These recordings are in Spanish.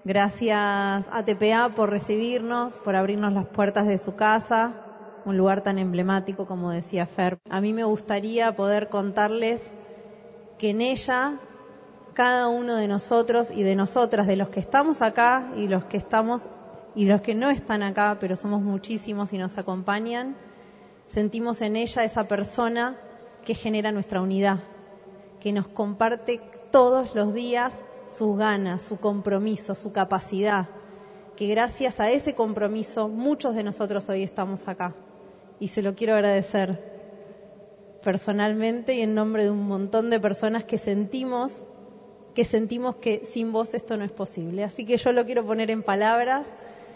Gracias a TPA por recibirnos, por abrirnos las puertas de su casa, un lugar tan emblemático como decía Fer. A mí me gustaría poder contarles que en ella, cada uno de nosotros y de nosotras, de los que estamos acá y los que no están acá, pero somos muchísimos y nos acompañan, sentimos en ella esa persona que genera nuestra unidad, que nos comparte todos los días sus ganas, su compromiso, su capacidad, que gracias a ese compromiso muchos de nosotros hoy estamos acá. Y se lo quiero agradecer personalmente y en nombre de un montón de personas que sentimos que sin vos esto no es posible. Así que yo lo quiero poner en palabras.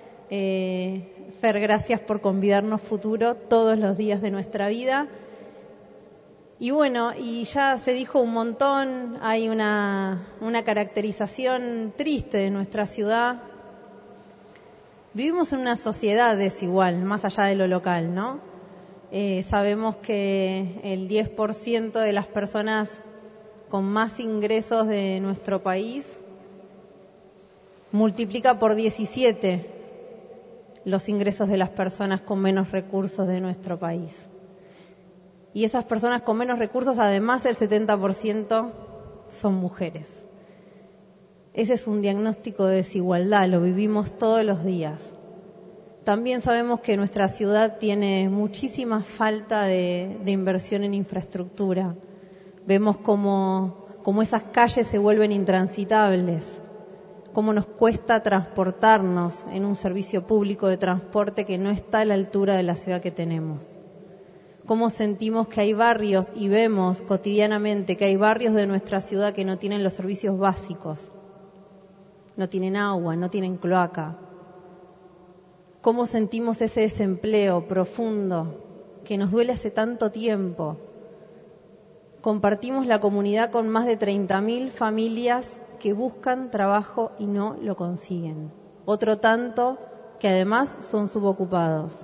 Fer, gracias por convidarnos futuro todos los días de nuestra vida. Y bueno, y ya se dijo un montón, hay una caracterización triste de nuestra ciudad. Vivimos en una sociedad desigual, más allá de lo local, ¿no? Sabemos que el 10% de las personas con más ingresos de nuestro país multiplica por 17 los ingresos de las personas con menos recursos de nuestro país. Y esas personas con menos recursos, además el 70% son mujeres. Ese es un diagnóstico de desigualdad, lo vivimos todos los días. También sabemos que nuestra ciudad tiene muchísima falta de inversión en infraestructura. Vemos cómo esas calles se vuelven intransitables, cómo nos cuesta transportarnos en un servicio público de transporte que no está a la altura de la ciudad que tenemos. Cómo sentimos que hay barrios y vemos cotidianamente que hay barrios de nuestra ciudad que no tienen los servicios básicos, no tienen agua, no tienen cloaca. Cómo sentimos ese desempleo profundo que nos duele hace tanto tiempo. Compartimos la comunidad con más de 30.000 familias que buscan trabajo y no lo consiguen. Otro tanto que además son subocupados.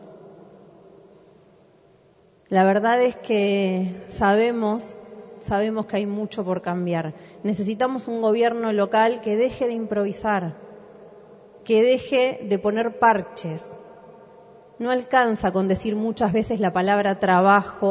La verdad es que sabemos que hay mucho por cambiar. Necesitamos un gobierno local que deje de improvisar, que deje de poner parches. No alcanza con decir muchas veces la palabra trabajo